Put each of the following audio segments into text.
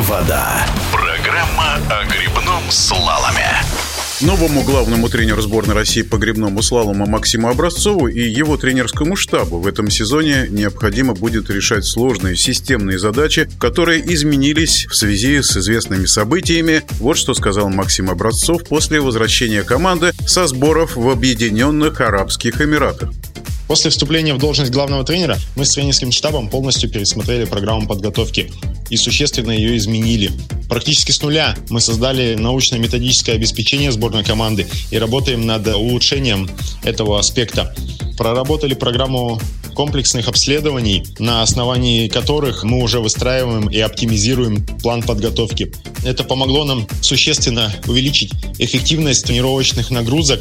вода». Программа о гребном слаломе. Новому главному тренеру сборной России по гребному слалому Максиму Образцову и его тренерскому штабу в этом сезоне необходимо будет решать сложные системные задачи, которые изменились в связи с известными событиями. Вот что сказал Максим Образцов после возвращения команды со сборов в Объединенных Арабских Эмиратах. После вступления в должность главного тренера мы с тренерским штабом полностью пересмотрели программу подготовки и существенно ее изменили. Практически с нуля мы создали научно-методическое обеспечение сборной команды и работаем над улучшением этого аспекта. Проработали программу комплексных обследований, на основании которых мы уже выстраиваем и оптимизируем план подготовки. Это помогло нам существенно увеличить эффективность тренировочных нагрузок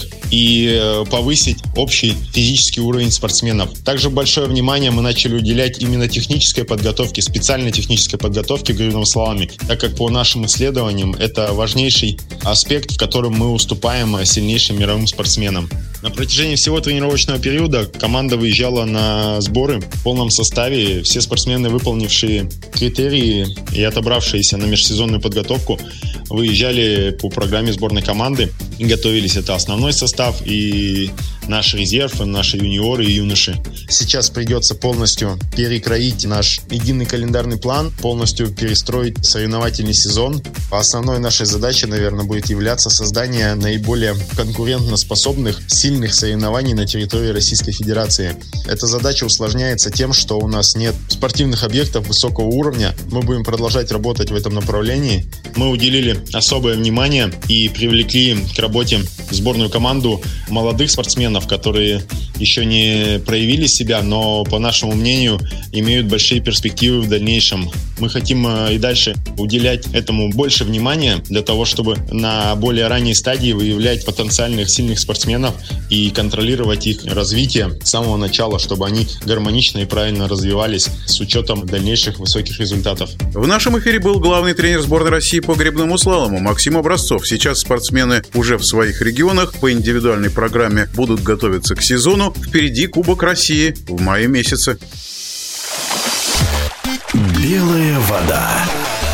и повысить общий физический уровень спортсменов. Также большое внимание мы начали уделять именно технической подготовке, специальной технической подготовке в гребном слаломе, так как по нашим исследованиям это важнейший аспект, в котором мы уступаем сильнейшим мировым спортсменам. На протяжении всего тренировочного периода команда выезжала на сборы в полном составе. Все спортсмены, выполнившие критерии и отобравшиеся на межсезонную подготовку, выезжали по программе сборной команды и готовились. Это основной состав и наш резерв, и наши юниоры и юноши. Сейчас придется полностью перекроить наш единый календарный план, полностью перестроить соревновательный сезон. Основной нашей задачей, наверное, будет являться создание наиболее конкурентоспособных, сильных соревнований на территории Российской Федерации. Эта задача усложняется тем, что у нас нет спортивных объектов высокого уровня. Мы будем продолжать работать в этом направлении. Мы уделили особое внимание и привлекли к работе в сборную команду молодых спортсменов, которые еще не проявили себя, но, по нашему мнению, имеют большие перспективы в дальнейшем. Мы хотим и дальше уделять этому больше внимания для того, чтобы на более ранней стадии выявлять потенциальных сильных спортсменов и контролировать их развитие с самого начала, чтобы они гармонично и правильно развивались с учетом дальнейших высоких результатов. В нашем эфире был главный тренер сборной России по гребному слалому Максим Образцов. Сейчас спортсмены уже в своих регионах по индивидуальной программе будут готовиться к сезону. Впереди Кубок России в мае месяце. Белая вода.